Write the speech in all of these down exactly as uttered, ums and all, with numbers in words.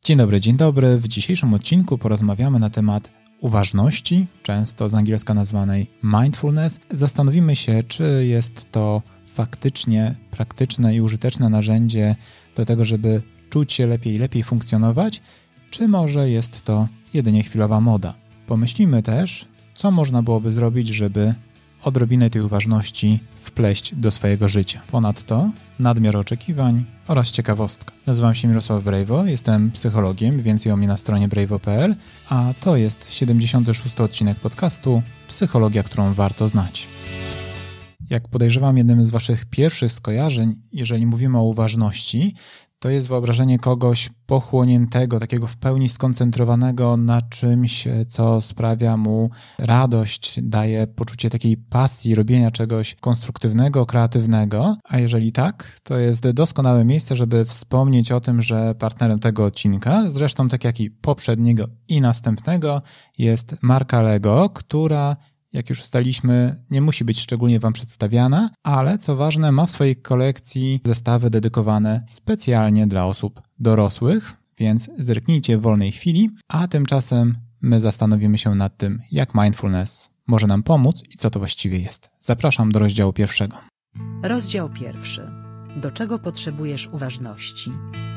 Dzień dobry, dzień dobry. W dzisiejszym odcinku porozmawiamy na temat uważności, często z angielska nazwanej mindfulness. Zastanowimy się, czy jest to faktycznie praktyczne i użyteczne narzędzie do tego, żeby czuć się lepiej i lepiej funkcjonować, czy może jest to jedynie chwilowa moda. Pomyślimy też, co można byłoby zrobić, żeby odrobinę tej uważności wpleść do swojego życia. Ponadto nadmiar oczekiwań oraz ciekawostka. Nazywam się Mirosław Brejwo, jestem psychologiem, więcej o mnie na stronie brejwo kropka pe el, a to jest siedemdziesiąty szósty odcinek podcastu Psychologia, którą warto znać. Jak podejrzewam, jednym z waszych pierwszych skojarzeń, jeżeli mówimy o uważności, to jest wyobrażenie kogoś pochłoniętego, takiego w pełni skoncentrowanego na czymś, co sprawia mu radość, daje poczucie takiej pasji, robienia czegoś konstruktywnego, kreatywnego. A jeżeli tak, to jest doskonałe miejsce, żeby wspomnieć o tym, że partnerem tego odcinka, zresztą tak jak i poprzedniego i następnego, jest marka Lego, która, jak już ustaliliśmy, nie musi być szczególnie wam przedstawiana, ale co ważne, ma w swojej kolekcji zestawy dedykowane specjalnie dla osób dorosłych, więc zerknijcie w wolnej chwili, a tymczasem my zastanowimy się nad tym, jak mindfulness może nam pomóc i co to właściwie jest. Zapraszam do rozdziału pierwszego. Rozdział pierwszy. Do czego potrzebujesz uważności?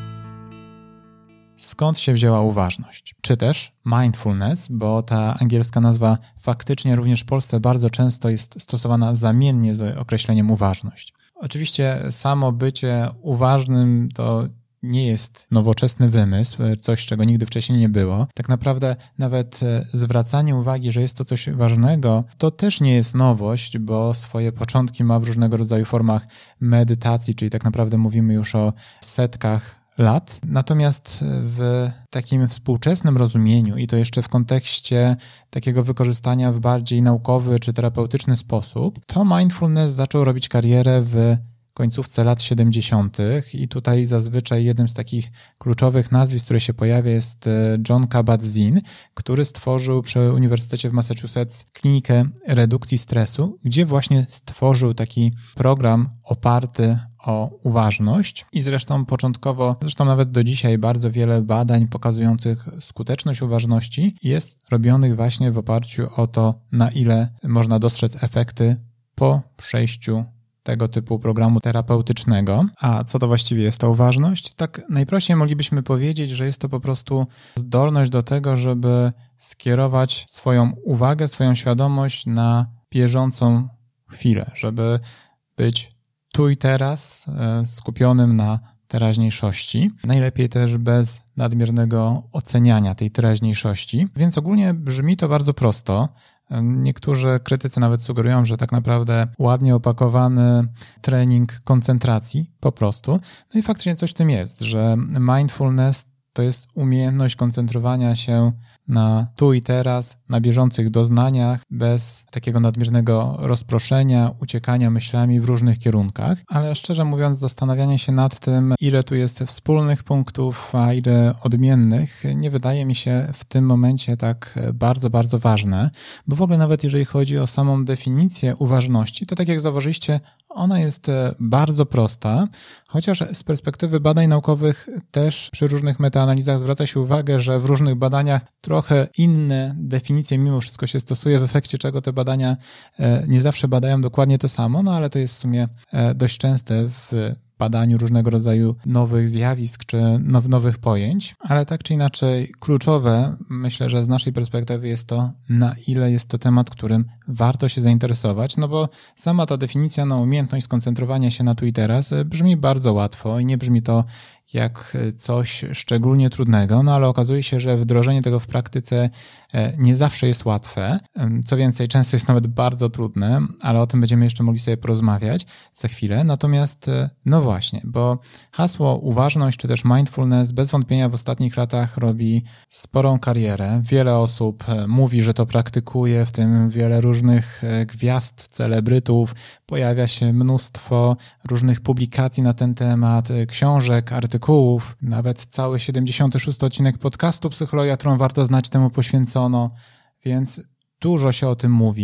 Skąd się wzięła uważność? Czy też mindfulness, bo ta angielska nazwa faktycznie również w Polsce bardzo często jest stosowana zamiennie z określeniem uważność. Oczywiście samo bycie uważnym to nie jest nowoczesny wymysł, coś, czego nigdy wcześniej nie było. Tak naprawdę nawet zwracanie uwagi, że jest to coś ważnego, to też nie jest nowość, bo swoje początki ma w różnego rodzaju formach medytacji, czyli tak naprawdę mówimy już o setkach lat. Natomiast w takim współczesnym rozumieniu i to jeszcze w kontekście takiego wykorzystania w bardziej naukowy czy terapeutyczny sposób, to mindfulness zaczął robić karierę w końcówce lat siedemdziesiątych i tutaj zazwyczaj jednym z takich kluczowych nazwisk, które się pojawia, jest Jon Kabat-Zinn, który stworzył przy Uniwersytecie w Massachusetts klinikę redukcji stresu, gdzie właśnie stworzył taki program oparty o uważność i zresztą początkowo, zresztą nawet do dzisiaj bardzo wiele badań pokazujących skuteczność uważności jest robionych właśnie w oparciu o to, na ile można dostrzec efekty po przejściu tego typu programu terapeutycznego. A co to właściwie jest ta uważność? Tak najprościej moglibyśmy powiedzieć, że jest to po prostu zdolność do tego, żeby skierować swoją uwagę, swoją świadomość na bieżącą chwilę, żeby być tu i teraz skupionym na teraźniejszości. Najlepiej też bez nadmiernego oceniania tej teraźniejszości. Więc ogólnie brzmi to bardzo prosto. Niektórzy krytycy nawet sugerują, że tak naprawdę ładnie opakowany trening koncentracji po prostu. No i faktycznie coś w tym jest, że mindfulness to jest umiejętność koncentrowania się na tu i teraz, na bieżących doznaniach, bez takiego nadmiernego rozproszenia, uciekania myślami w różnych kierunkach, ale szczerze mówiąc zastanawianie się nad tym, ile tu jest wspólnych punktów, a ile odmiennych, nie wydaje mi się w tym momencie tak bardzo, bardzo ważne, bo w ogóle nawet jeżeli chodzi o samą definicję uważności, to tak jak zauważyliście, ona jest bardzo prosta, chociaż z perspektywy badań naukowych też przy różnych metaanalizach zwraca się uwagę, że w różnych badaniach trochę inne definicje mimo wszystko się stosuje, w efekcie czego te badania nie zawsze badają dokładnie to samo, no ale to jest w sumie dość częste w badaniu różnego rodzaju nowych zjawisk czy now, nowych pojęć, ale tak czy inaczej kluczowe, myślę, że z naszej perspektywy jest to, na ile jest to temat, którym warto się zainteresować, no bo sama ta definicja na umiejętność skoncentrowania się na tu i teraz brzmi bardzo łatwo i nie brzmi to jak coś szczególnie trudnego, no ale okazuje się, że wdrożenie tego w praktyce nie zawsze jest łatwe. Co więcej, często jest nawet bardzo trudne, ale o tym będziemy jeszcze mogli sobie porozmawiać za chwilę. Natomiast no właśnie, bo hasło uważność czy też mindfulness bez wątpienia w ostatnich latach robi sporą karierę. Wiele osób mówi, że to praktykuje, w tym wiele różnych gwiazd, celebrytów. Pojawia się mnóstwo różnych publikacji na ten temat, książek, artykułów, nawet cały siedemdziesiąty szósty odcinek podcastu Psychologia, którą warto znać, temu poświęcono, więc dużo się o tym mówi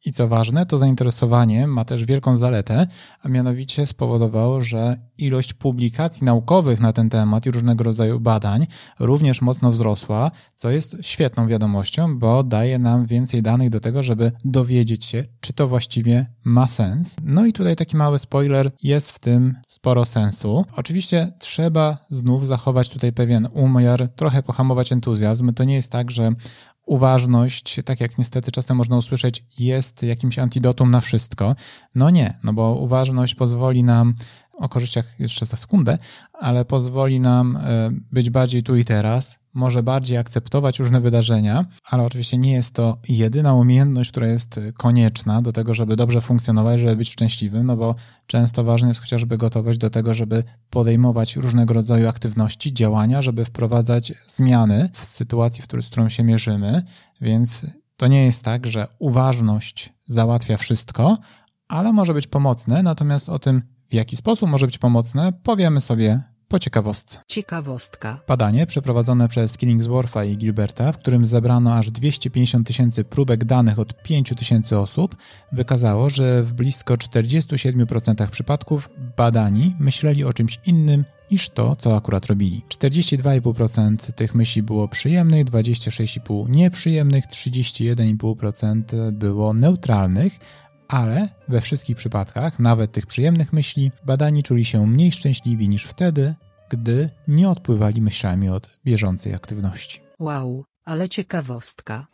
I co ważne, to zainteresowanie ma też wielką zaletę, a mianowicie spowodowało, że ilość publikacji naukowych na ten temat i różnego rodzaju badań również mocno wzrosła, co jest świetną wiadomością, bo daje nam więcej danych do tego, żeby dowiedzieć się, czy to właściwie ma sens. No i tutaj taki mały spoiler, jest w tym sporo sensu. Oczywiście trzeba znów zachować tutaj pewien umiar, trochę pohamować entuzjazm. To nie jest tak, że uważność, tak jak niestety czasem można usłyszeć, jest jakimś antidotum na wszystko. No nie, no bo uważność pozwoli nam, o korzyściach jeszcze za sekundę, ale pozwoli nam być bardziej tu i teraz, może bardziej akceptować różne wydarzenia, ale oczywiście nie jest to jedyna umiejętność, która jest konieczna do tego, żeby dobrze funkcjonować, żeby być szczęśliwym, no bo często ważna jest chociażby gotowość do tego, żeby podejmować różnego rodzaju aktywności, działania, żeby wprowadzać zmiany w sytuacji, w której, z którą się mierzymy, więc to nie jest tak, że uważność załatwia wszystko, ale może być pomocne, natomiast o tym, w jaki sposób może być pomocne, powiemy sobie po ciekawostce. Ciekawostka. Badanie przeprowadzone przez Killingswortha i Gilberta, w którym zebrano aż dwieście pięćdziesiąt tysięcy próbek danych od pięć tysięcy osób, wykazało, że w blisko czterdzieści siedem procent przypadków badani myśleli o czymś innym niż to, co akurat robili. czterdzieści dwa i pół procent tych myśli było przyjemnych, dwadzieścia sześć i pół procent nieprzyjemnych, trzydzieści jeden i pół procent było neutralnych, ale we wszystkich przypadkach, nawet tych przyjemnych myśli, badani czuli się mniej szczęśliwi niż wtedy, gdy nie odpływali myślami od bieżącej aktywności. Wow, ale ciekawostka.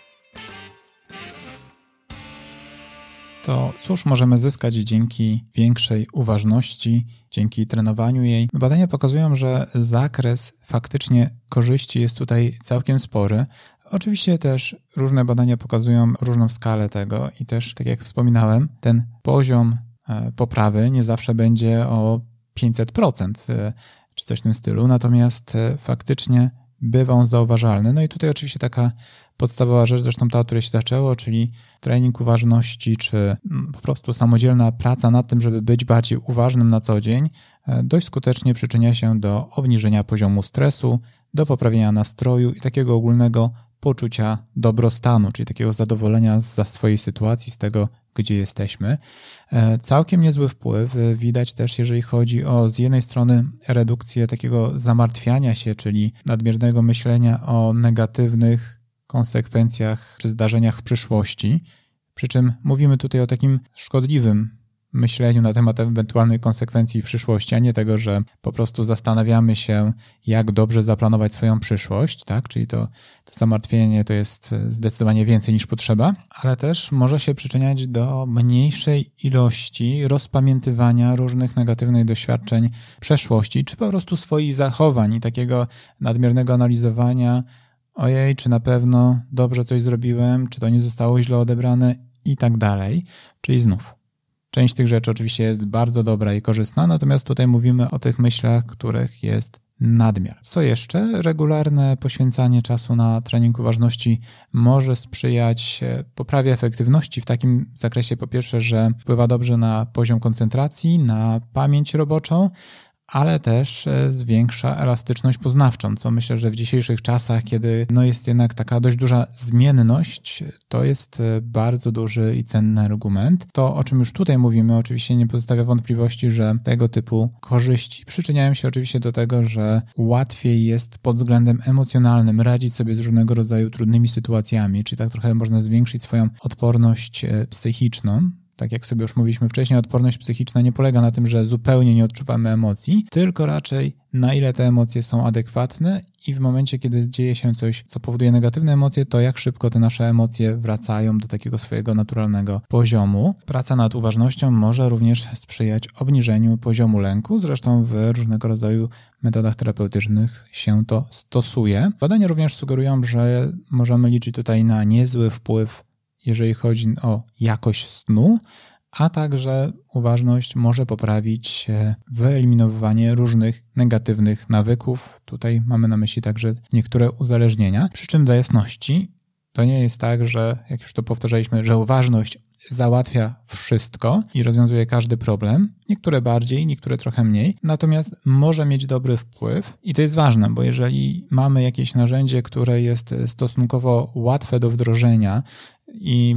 To cóż możemy zyskać dzięki większej uważności, dzięki trenowaniu jej? Badania pokazują, że zakres faktycznie korzyści jest tutaj całkiem spory. Oczywiście też różne badania pokazują różną skalę tego i też, tak jak wspominałem, ten poziom poprawy nie zawsze będzie o pięćset procent czy coś w tym stylu, natomiast faktycznie bywa on zauważalny. No i tutaj oczywiście taka podstawowa rzecz, zresztą ta, od której się zaczęło, czyli trening uważności, czy po prostu samodzielna praca nad tym, żeby być bardziej uważnym na co dzień, dość skutecznie przyczynia się do obniżenia poziomu stresu, do poprawienia nastroju i takiego ogólnego poczucia dobrostanu, czyli takiego zadowolenia ze swojej sytuacji, z tego, gdzie jesteśmy. Całkiem niezły wpływ widać też, jeżeli chodzi o z jednej strony redukcję takiego zamartwiania się, czyli nadmiernego myślenia o negatywnych konsekwencjach czy zdarzeniach w przyszłości, przy czym mówimy tutaj o takim szkodliwym myśleniu na temat ewentualnych konsekwencji w przyszłości, a nie tego, że po prostu zastanawiamy się, jak dobrze zaplanować swoją przyszłość, tak? Czyli to, to zamartwienie to jest zdecydowanie więcej niż potrzeba, ale też może się przyczyniać do mniejszej ilości rozpamiętywania różnych negatywnych doświadczeń przeszłości, czy po prostu swoich zachowań i takiego nadmiernego analizowania, ojej, czy na pewno dobrze coś zrobiłem, czy to nie zostało źle odebrane i tak dalej. Czyli znów część tych rzeczy oczywiście jest bardzo dobra i korzystna, natomiast tutaj mówimy o tych myślach, których jest nadmiar. Co jeszcze? Regularne poświęcanie czasu na trening uważności może sprzyjać poprawie efektywności w takim zakresie, po pierwsze, że wpływa dobrze na poziom koncentracji, na pamięć roboczą, ale też zwiększa elastyczność poznawczą, co myślę, że w dzisiejszych czasach, kiedy no jest jednak taka dość duża zmienność, to jest bardzo duży i cenny argument. To, o czym już tutaj mówimy, oczywiście nie pozostawia wątpliwości, że tego typu korzyści przyczyniają się oczywiście do tego, że łatwiej jest pod względem emocjonalnym radzić sobie z różnego rodzaju trudnymi sytuacjami, czyli tak trochę można zwiększyć swoją odporność psychiczną. Tak jak sobie już mówiliśmy wcześniej, odporność psychiczna nie polega na tym, że zupełnie nie odczuwamy emocji, tylko raczej na ile te emocje są adekwatne i w momencie, kiedy dzieje się coś, co powoduje negatywne emocje, to jak szybko te nasze emocje wracają do takiego swojego naturalnego poziomu. Praca nad uważnością może również sprzyjać obniżeniu poziomu lęku, zresztą w różnego rodzaju metodach terapeutycznych się to stosuje. Badania również sugerują, że możemy liczyć tutaj na niezły wpływ, jeżeli chodzi o jakość snu, a także uważność może poprawić wyeliminowanie różnych negatywnych nawyków. Tutaj mamy na myśli także niektóre uzależnienia. Przy czym dla jasności to nie jest tak, że jak już to powtarzaliśmy, że uważność załatwia wszystko i rozwiązuje każdy problem. Niektóre bardziej, niektóre trochę mniej. Natomiast może mieć dobry wpływ i to jest ważne, bo jeżeli mamy jakieś narzędzie, które jest stosunkowo łatwe do wdrożenia i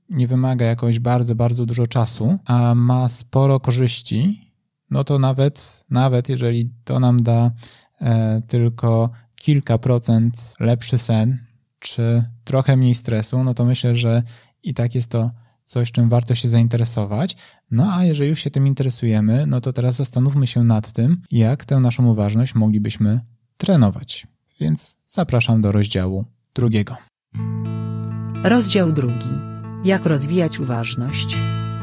nie wymaga jakoś bardzo, bardzo dużo czasu, a ma sporo korzyści, no to nawet, nawet jeżeli to nam da e, tylko kilka procent lepszy sen, czy trochę mniej stresu, no to myślę, że i tak jest to coś, czym warto się zainteresować. No a jeżeli już się tym interesujemy, no to teraz zastanówmy się nad tym, jak tę naszą uważność moglibyśmy trenować. Więc zapraszam do rozdziału drugiego. Rozdział drugi. Jak rozwijać uważność?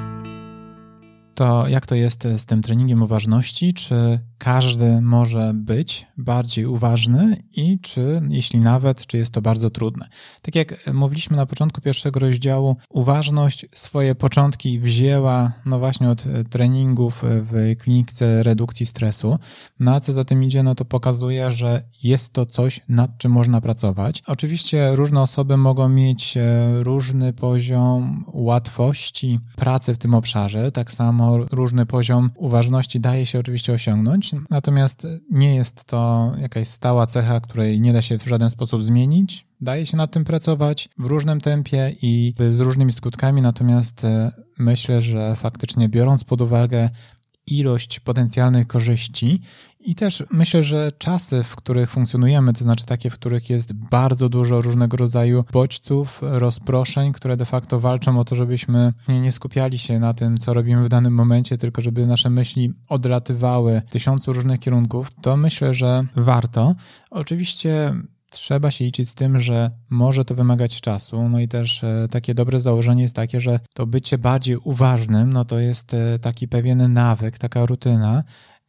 To jak to jest z tym treningiem uważności? Czy każdy może być bardziej uważny i czy, jeśli nawet, czy jest to bardzo trudne? Tak jak mówiliśmy na początku pierwszego rozdziału, uważność swoje początki wzięła no właśnie od treningów w klinice redukcji stresu. No a co za tym idzie, no to pokazuje, że jest to coś, nad czym można pracować. Oczywiście różne osoby mogą mieć różny poziom łatwości pracy w tym obszarze, tak samo różny poziom uważności daje się oczywiście osiągnąć, natomiast nie jest to jakaś stała cecha, której nie da się w żaden sposób zmienić. Daje się nad tym pracować w różnym tempie i z różnymi skutkami, natomiast myślę, że faktycznie biorąc pod uwagę ilość potencjalnych korzyści i też myślę, że czasy, w których funkcjonujemy, to znaczy takie, w których jest bardzo dużo różnego rodzaju bodźców, rozproszeń, które de facto walczą o to, żebyśmy nie skupiali się na tym, co robimy w danym momencie, tylko żeby nasze myśli odlatywały w tysiącu różnych kierunków, to myślę, że warto. Oczywiście trzeba się liczyć z tym, że może to wymagać czasu, no i też takie dobre założenie jest takie, że to bycie bardziej uważnym, no to jest taki pewien nawyk, taka rutyna,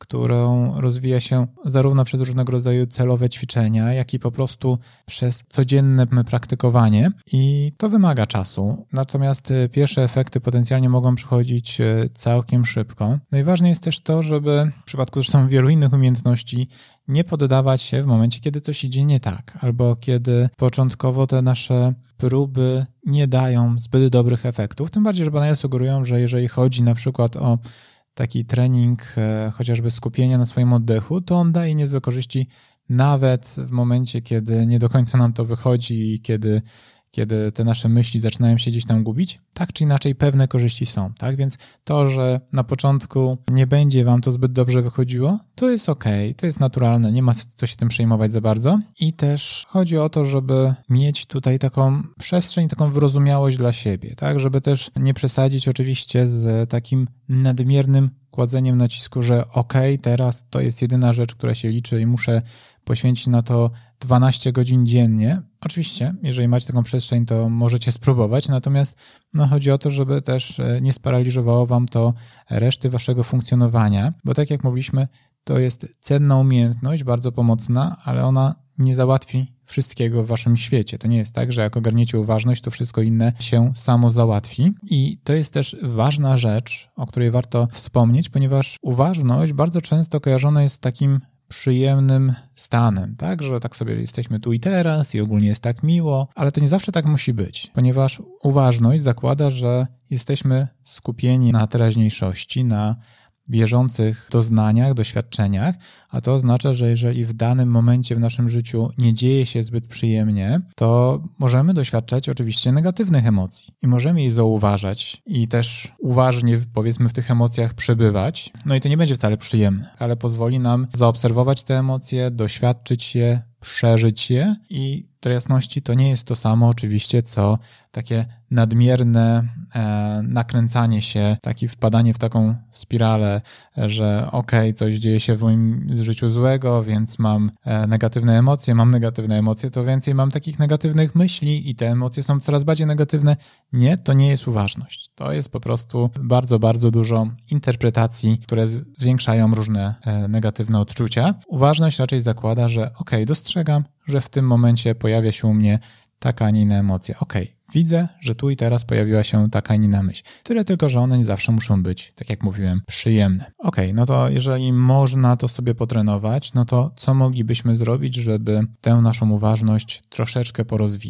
którą rozwija się zarówno przez różnego rodzaju celowe ćwiczenia, jak i po prostu przez codzienne praktykowanie i to wymaga czasu. Natomiast pierwsze efekty potencjalnie mogą przychodzić całkiem szybko. Najważniejsze jest też to, żeby w przypadku zresztą wielu innych umiejętności nie poddawać się w momencie, kiedy coś idzie nie tak, albo kiedy początkowo te nasze próby nie dają zbyt dobrych efektów. Tym bardziej, że badania sugerują, że jeżeli chodzi na przykład o taki trening chociażby skupienia na swoim oddechu, to on daje niezłe korzyści nawet w momencie, kiedy nie do końca nam to wychodzi i kiedy, kiedy te nasze myśli zaczynają się gdzieś tam gubić. Tak czy inaczej pewne korzyści są, tak? Więc to, że na początku nie będzie wam to zbyt dobrze wychodziło, to jest okej, to jest naturalne, nie ma co się tym przejmować za bardzo. I też chodzi o to, żeby mieć tutaj taką przestrzeń, taką wyrozumiałość dla siebie, tak? Żeby też nie przesadzić oczywiście z takim nadmiernym kładzeniem nacisku, że okej, teraz to jest jedyna rzecz, która się liczy i muszę poświęcić na to dwanaście godzin dziennie. Oczywiście, jeżeli macie taką przestrzeń, to możecie spróbować, natomiast no, chodzi o to, żeby też nie sparaliżowało wam to reszty waszego funkcjonowania, bo tak jak mówiliśmy, to jest cenna umiejętność, bardzo pomocna, ale ona nie załatwi wszystkiego w waszym świecie. To nie jest tak, że jak ogarniecie uważność, to wszystko inne się samo załatwi. I to jest też ważna rzecz, o której warto wspomnieć, ponieważ uważność bardzo często kojarzona jest z takim przyjemnym stanem, tak, że tak sobie jesteśmy tu i teraz i ogólnie jest tak miło, ale to nie zawsze tak musi być, ponieważ uważność zakłada, że jesteśmy skupieni na teraźniejszości, na bieżących doznaniach, doświadczeniach, a to oznacza, że jeżeli w danym momencie w naszym życiu nie dzieje się zbyt przyjemnie, to możemy doświadczać oczywiście negatywnych emocji i możemy je zauważać i też uważnie, powiedzmy, w tych emocjach przebywać. No i to nie będzie wcale przyjemne, ale pozwoli nam zaobserwować te emocje, doświadczyć je, przeżyć je i do jasności to nie jest to samo oczywiście, co takie nadmierne e, nakręcanie się, takie wpadanie w taką spiralę, że okej, okay, coś dzieje się w moim życiu złego, więc mam e, negatywne emocje, mam negatywne emocje, to więcej mam takich negatywnych myśli i te emocje są coraz bardziej negatywne. Nie, to nie jest uważność. To jest po prostu bardzo, bardzo dużo interpretacji, które z, zwiększają różne e, negatywne odczucia. Uważność raczej zakłada, że okej, okay, dostrzegam, że w tym momencie pojawia się u mnie taka, a nie inna emocja. Okej, okay, widzę, że tu i teraz pojawiła się taka, a nie inna myśl. Tyle tylko, że one nie zawsze muszą być, tak jak mówiłem, przyjemne. Okej, okay, no to jeżeli można to sobie potrenować, no to co moglibyśmy zrobić, żeby tę naszą uważność troszeczkę porozwijać?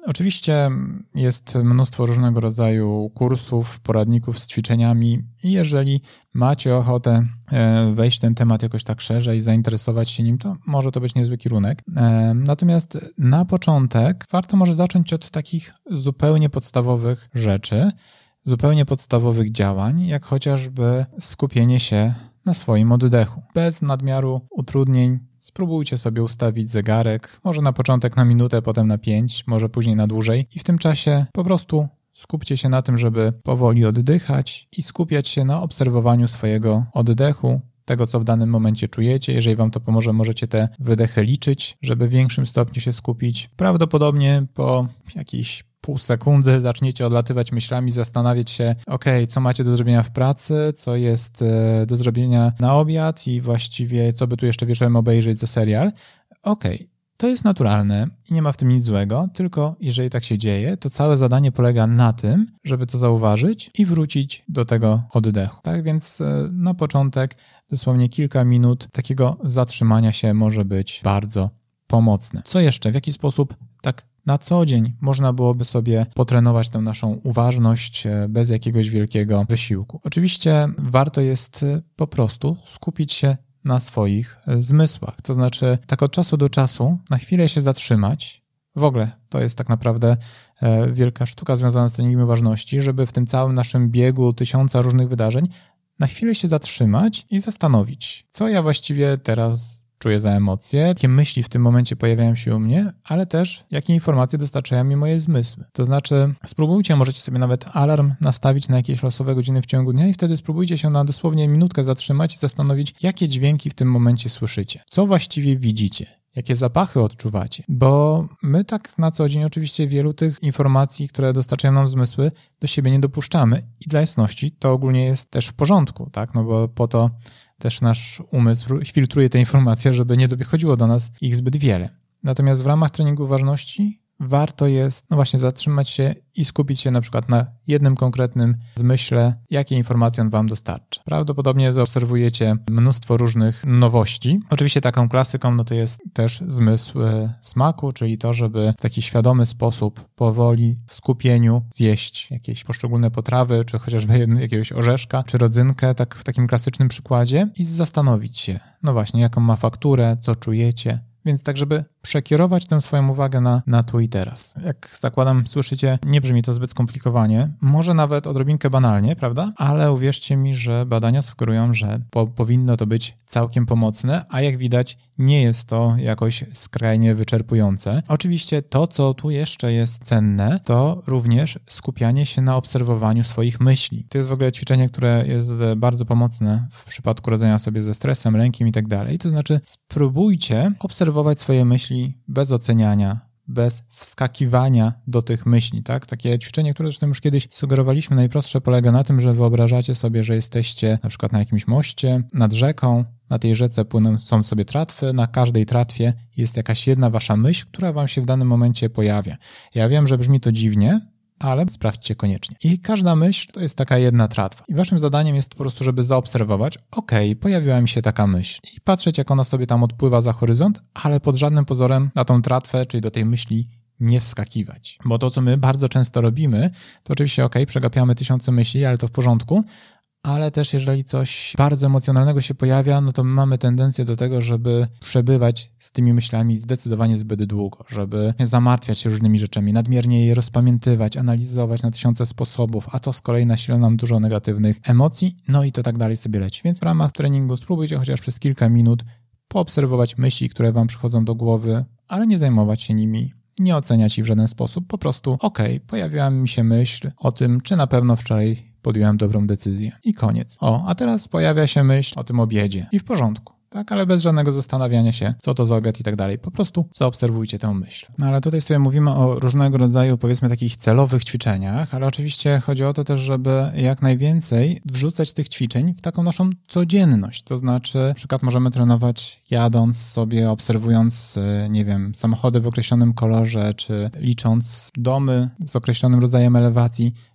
Oczywiście jest mnóstwo różnego rodzaju kursów, poradników z ćwiczeniami i jeżeli macie ochotę wejść w ten temat jakoś tak szerzej, zainteresować się nim, to może to być niezły kierunek. Natomiast na początek warto może zacząć od takich zupełnie podstawowych rzeczy, zupełnie podstawowych działań, jak chociażby skupienie się na swoim oddechu. Bez nadmiaru utrudnień spróbujcie sobie ustawić zegarek, może na początek na minutę, potem na pięć, może później na dłużej i w tym czasie po prostu skupcie się na tym, żeby powoli oddychać i skupiać się na obserwowaniu swojego oddechu, tego co w danym momencie czujecie. Jeżeli wam to pomoże, możecie te wydechy liczyć, żeby w większym stopniu się skupić. Prawdopodobnie po jakiejś pół sekundy zaczniecie odlatywać myślami, zastanawiać się, ok, co macie do zrobienia w pracy, co jest do zrobienia na obiad i właściwie co by tu jeszcze wieczorem obejrzeć za serial. Ok, to jest naturalne i nie ma w tym nic złego, tylko jeżeli tak się dzieje, to całe zadanie polega na tym, żeby to zauważyć i wrócić do tego oddechu. Tak więc na początek dosłownie kilka minut takiego zatrzymania się może być bardzo pomocne. Co jeszcze? W jaki sposób tak na co dzień można byłoby sobie potrenować tę naszą uważność bez jakiegoś wielkiego wysiłku? Oczywiście warto jest po prostu skupić się na swoich zmysłach. To znaczy tak od czasu do czasu na chwilę się zatrzymać. W ogóle to jest tak naprawdę wielka sztuka związana z treningiem uważności, żeby w tym całym naszym biegu tysiąca różnych wydarzeń na chwilę się zatrzymać i zastanowić, co ja właściwie teraz czuję za emocje, jakie myśli w tym momencie pojawiają się u mnie, ale też jakie informacje dostarczają mi moje zmysły. To znaczy spróbujcie, możecie sobie nawet alarm nastawić na jakieś losowe godziny w ciągu dnia i wtedy spróbujcie się na dosłownie minutkę zatrzymać i zastanowić, jakie dźwięki w tym momencie słyszycie, co właściwie widzicie. Jakie zapachy odczuwacie? Bo my tak na co dzień oczywiście wielu tych informacji, które dostarczają nam zmysły, do siebie nie dopuszczamy i dla jasności to ogólnie jest też w porządku, tak? No bo po to też nasz umysł filtruje te informacje, żeby nie dochodziło do nas ich zbyt wiele. Natomiast w ramach treningu uważności warto jest no właśnie zatrzymać się i skupić się na przykład na jednym konkretnym zmyśle, jakie informacje on wam dostarczy. Prawdopodobnie zaobserwujecie mnóstwo różnych nowości. Oczywiście taką klasyką no to jest też zmysł smaku, czyli to, żeby w taki świadomy sposób powoli w skupieniu zjeść jakieś poszczególne potrawy, czy chociażby jakiegoś orzeszka, czy rodzynkę, tak w takim klasycznym przykładzie i zastanowić się, no właśnie, jaką ma fakturę, co czujecie. Więc tak, żeby przekierować tę swoją uwagę na, na tu i teraz. Jak zakładam, słyszycie, nie brzmi to zbyt skomplikowanie, może nawet odrobinkę banalnie, prawda? Ale uwierzcie mi, że badania sugerują, że po, powinno to być całkiem pomocne, a jak widać nie jest to jakoś skrajnie wyczerpujące. Oczywiście to, co tu jeszcze jest cenne, to również skupianie się na obserwowaniu swoich myśli. To jest w ogóle ćwiczenie, które jest bardzo pomocne w przypadku radzenia sobie ze stresem, lękiem i tak dalej. To znaczy spróbujcie obserwować swoje myśli bez oceniania, bez wskakiwania do tych myśli, tak? Takie ćwiczenie, które zresztą już kiedyś sugerowaliśmy, najprostsze polega na tym, że wyobrażacie sobie, że jesteście na przykład na jakimś moście, nad rzeką, na tej rzece płyną są sobie tratwy, na każdej tratwie jest jakaś jedna wasza myśl, która wam się w danym momencie pojawia. Ja wiem, że brzmi to dziwnie, ale sprawdźcie koniecznie. I każda myśl to jest taka jedna tratwa. I waszym zadaniem jest po prostu, żeby zaobserwować, okej, pojawiła mi się taka myśl i patrzeć, jak ona sobie tam odpływa za horyzont, ale pod żadnym pozorem na tą tratwę, czyli do tej myśli nie wskakiwać. Bo to, co my bardzo często robimy, to oczywiście okej, przegapiamy tysiące myśli, ale to w porządku, ale też jeżeli coś bardzo emocjonalnego się pojawia, no to mamy tendencję do tego, żeby przebywać z tymi myślami zdecydowanie zbyt długo, żeby zamartwiać się różnymi rzeczami, nadmiernie je rozpamiętywać, analizować na tysiące sposobów, a to z kolei nasila nam dużo negatywnych emocji, no i to tak dalej sobie leci. Więc w ramach treningu spróbujcie chociaż przez kilka minut poobserwować myśli, które wam przychodzą do głowy, ale nie zajmować się nimi, nie oceniać ich w żaden sposób, po prostu okej, pojawiła mi się myśl o tym, czy na pewno wczoraj podjąłem dobrą decyzję. I koniec. O, a teraz pojawia się myśl o tym obiedzie. I w porządku. Tak, ale bez żadnego zastanawiania się, co to za obiad i tak dalej. Po prostu zaobserwujcie tę myśl. No ale tutaj sobie mówimy o różnego rodzaju, powiedzmy, takich celowych ćwiczeniach, ale oczywiście chodzi o to też, żeby jak najwięcej wrzucać tych ćwiczeń w taką naszą codzienność. To znaczy, na przykład możemy trenować jadąc sobie, obserwując, nie wiem, samochody w określonym kolorze, czy licząc domy z określonym rodzajem elewacji,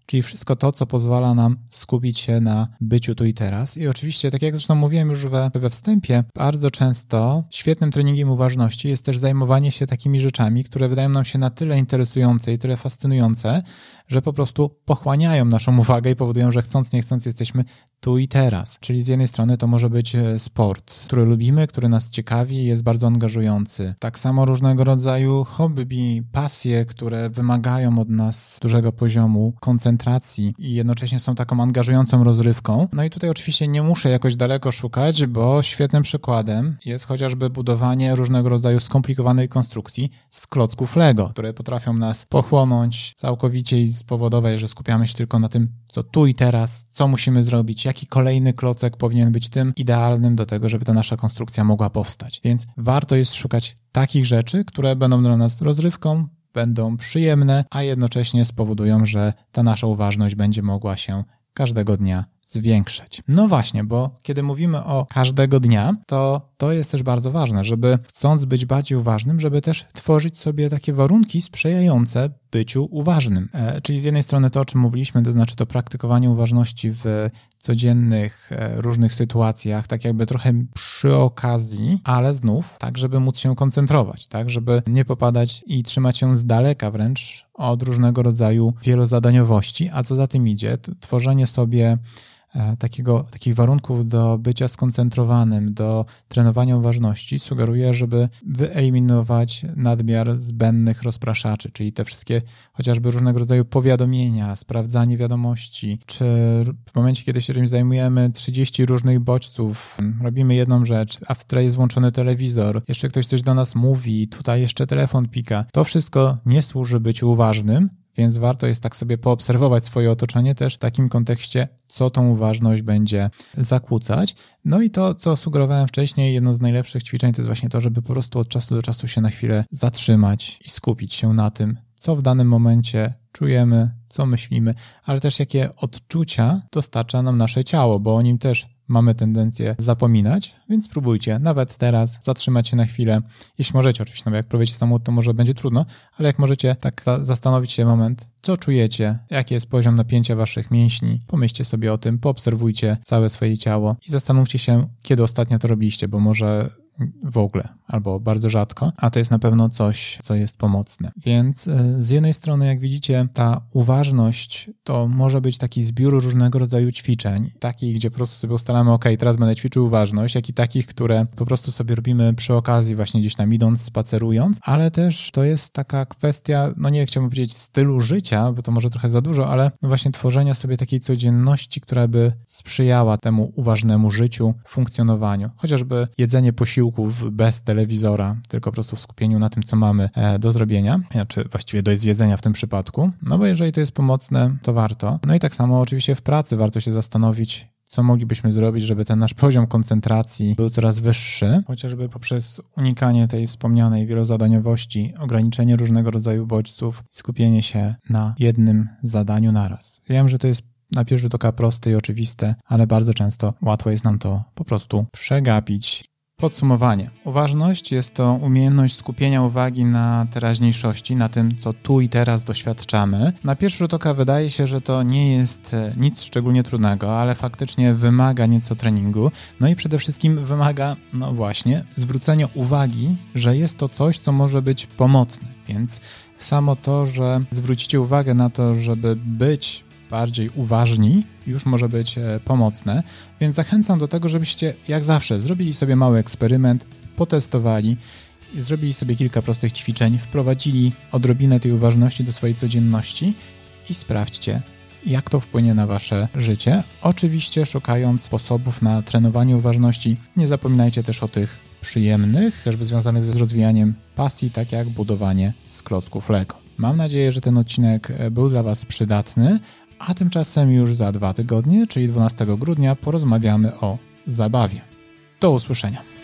Czyli wszystko to, co pozwala nam skupić się na byciu tu i teraz. I oczywiście, tak jak zresztą mówiłem już we, we wstępie, bardzo często świetnym treningiem uważności jest też zajmowanie się takimi rzeczami, które wydają nam się na tyle interesujące i tyle fascynujące, że po prostu pochłaniają naszą uwagę i powodują, że chcąc nie chcąc jesteśmy tu i teraz. Czyli z jednej strony to może być sport, który lubimy, który nas ciekawi, jest bardzo angażujący. Tak samo różnego rodzaju hobby, pasje, które wymagają od nas dużego poziomu koncentracji i jednocześnie są taką angażującą rozrywką. No i tutaj oczywiście nie muszę jakoś daleko szukać, bo świetnym przykładem jest chociażby budowanie różnego rodzaju skomplikowanej konstrukcji z klocków Lego, które potrafią nas pochłonąć całkowicie i spowodować, że skupiamy się tylko na tym, co tu i teraz, co musimy zrobić, jaki kolejny klocek powinien być tym idealnym do tego, żeby ta nasza konstrukcja mogła powstać. Więc warto jest szukać takich rzeczy, które będą dla nas rozrywką, będą przyjemne, a jednocześnie spowodują, że ta nasza uważność będzie mogła się każdego dnia zwiększać. No właśnie, bo kiedy mówimy o każdego dnia, to to jest też bardzo ważne, żeby chcąc być bardziej uważnym, żeby też tworzyć sobie takie warunki sprzyjające byciu uważnym. E, czyli z jednej strony to, o czym mówiliśmy, to znaczy to praktykowanie uważności w codziennych e, różnych sytuacjach, tak jakby trochę przy okazji, ale znów tak, żeby móc się koncentrować, tak, żeby nie popadać i trzymać się z daleka wręcz od różnego rodzaju wielozadaniowości, a co za tym idzie, tworzenie sobie Takiego, takich warunków do bycia skoncentrowanym, do trenowania uważności sugeruje, żeby wyeliminować nadmiar zbędnych rozpraszaczy, czyli te wszystkie chociażby różnego rodzaju powiadomienia, sprawdzanie wiadomości, czy w momencie, kiedy się czymś zajmujemy, trzydzieści różnych bodźców, robimy jedną rzecz, a w tle jest włączony telewizor, jeszcze ktoś coś do nas mówi, tutaj jeszcze telefon pika. To wszystko nie służy byciu uważnym, więc warto jest tak sobie poobserwować swoje otoczenie też w takim kontekście, co tą uważność będzie zakłócać. No i to, co sugerowałem wcześniej, jedno z najlepszych ćwiczeń to jest właśnie to, żeby po prostu od czasu do czasu się na chwilę zatrzymać i skupić się na tym, co w danym momencie czujemy, co myślimy, ale też jakie odczucia dostarcza nam nasze ciało, bo o nim też mamy tendencję zapominać, więc spróbujcie nawet teraz zatrzymać się na chwilę, jeśli możecie oczywiście, no bo jak prowadzicie samochód, to może będzie trudno, ale jak możecie tak zastanowić się moment, co czujecie, jaki jest poziom napięcia waszych mięśni, pomyślcie sobie o tym, poobserwujcie całe swoje ciało i zastanówcie się, kiedy ostatnio to robiliście, bo może w ogóle, albo bardzo rzadko, a to jest na pewno coś, co jest pomocne. Więc z jednej strony, jak widzicie, ta uważność to może być taki zbiór różnego rodzaju ćwiczeń, takich, gdzie po prostu sobie ustalamy, ok, teraz będę ćwiczył uważność, jak i takich, które po prostu sobie robimy przy okazji, właśnie gdzieś tam idąc, spacerując, ale też to jest taka kwestia, no nie chciałbym powiedzieć stylu życia, bo to może trochę za dużo, ale no właśnie tworzenia sobie takiej codzienności, która by sprzyjała temu uważnemu życiu, funkcjonowaniu. Chociażby jedzenie posiłków bez telewizora, tylko po prostu w skupieniu na tym, co mamy do zrobienia, czy właściwie do zjedzenia w tym przypadku. No bo jeżeli to jest pomocne, to warto. No i tak samo oczywiście w pracy warto się zastanowić, co moglibyśmy zrobić, żeby ten nasz poziom koncentracji był coraz wyższy, chociażby poprzez unikanie tej wspomnianej wielozadaniowości, ograniczenie różnego rodzaju bodźców, skupienie się na jednym zadaniu naraz. Wiem, że to jest na pierwszy rzut oka proste i oczywiste, ale bardzo często łatwo jest nam to po prostu przegapić. Podsumowanie. Uważność jest to umiejętność skupienia uwagi na teraźniejszości, na tym, co tu i teraz doświadczamy. Na pierwszy rzut oka wydaje się, że to nie jest nic szczególnie trudnego, ale faktycznie wymaga nieco treningu. No i przede wszystkim wymaga, no właśnie, zwrócenia uwagi, że jest to coś, co może być pomocne. Więc samo to, że zwrócicie uwagę na to, żeby być bardziej uważni, już może być pomocne, więc zachęcam do tego, żebyście jak zawsze zrobili sobie mały eksperyment, potestowali, zrobili sobie kilka prostych ćwiczeń, wprowadzili odrobinę tej uważności do swojej codzienności i sprawdźcie, jak to wpłynie na wasze życie. Oczywiście szukając sposobów na trenowanie uważności, nie zapominajcie też o tych przyjemnych, chociażby związanych z rozwijaniem pasji, tak jak budowanie z klocków Lego. Mam nadzieję, że ten odcinek był dla was przydatny, a tymczasem już za dwa tygodnie, czyli dwunastego grudnia, porozmawiamy o zabawie. Do usłyszenia.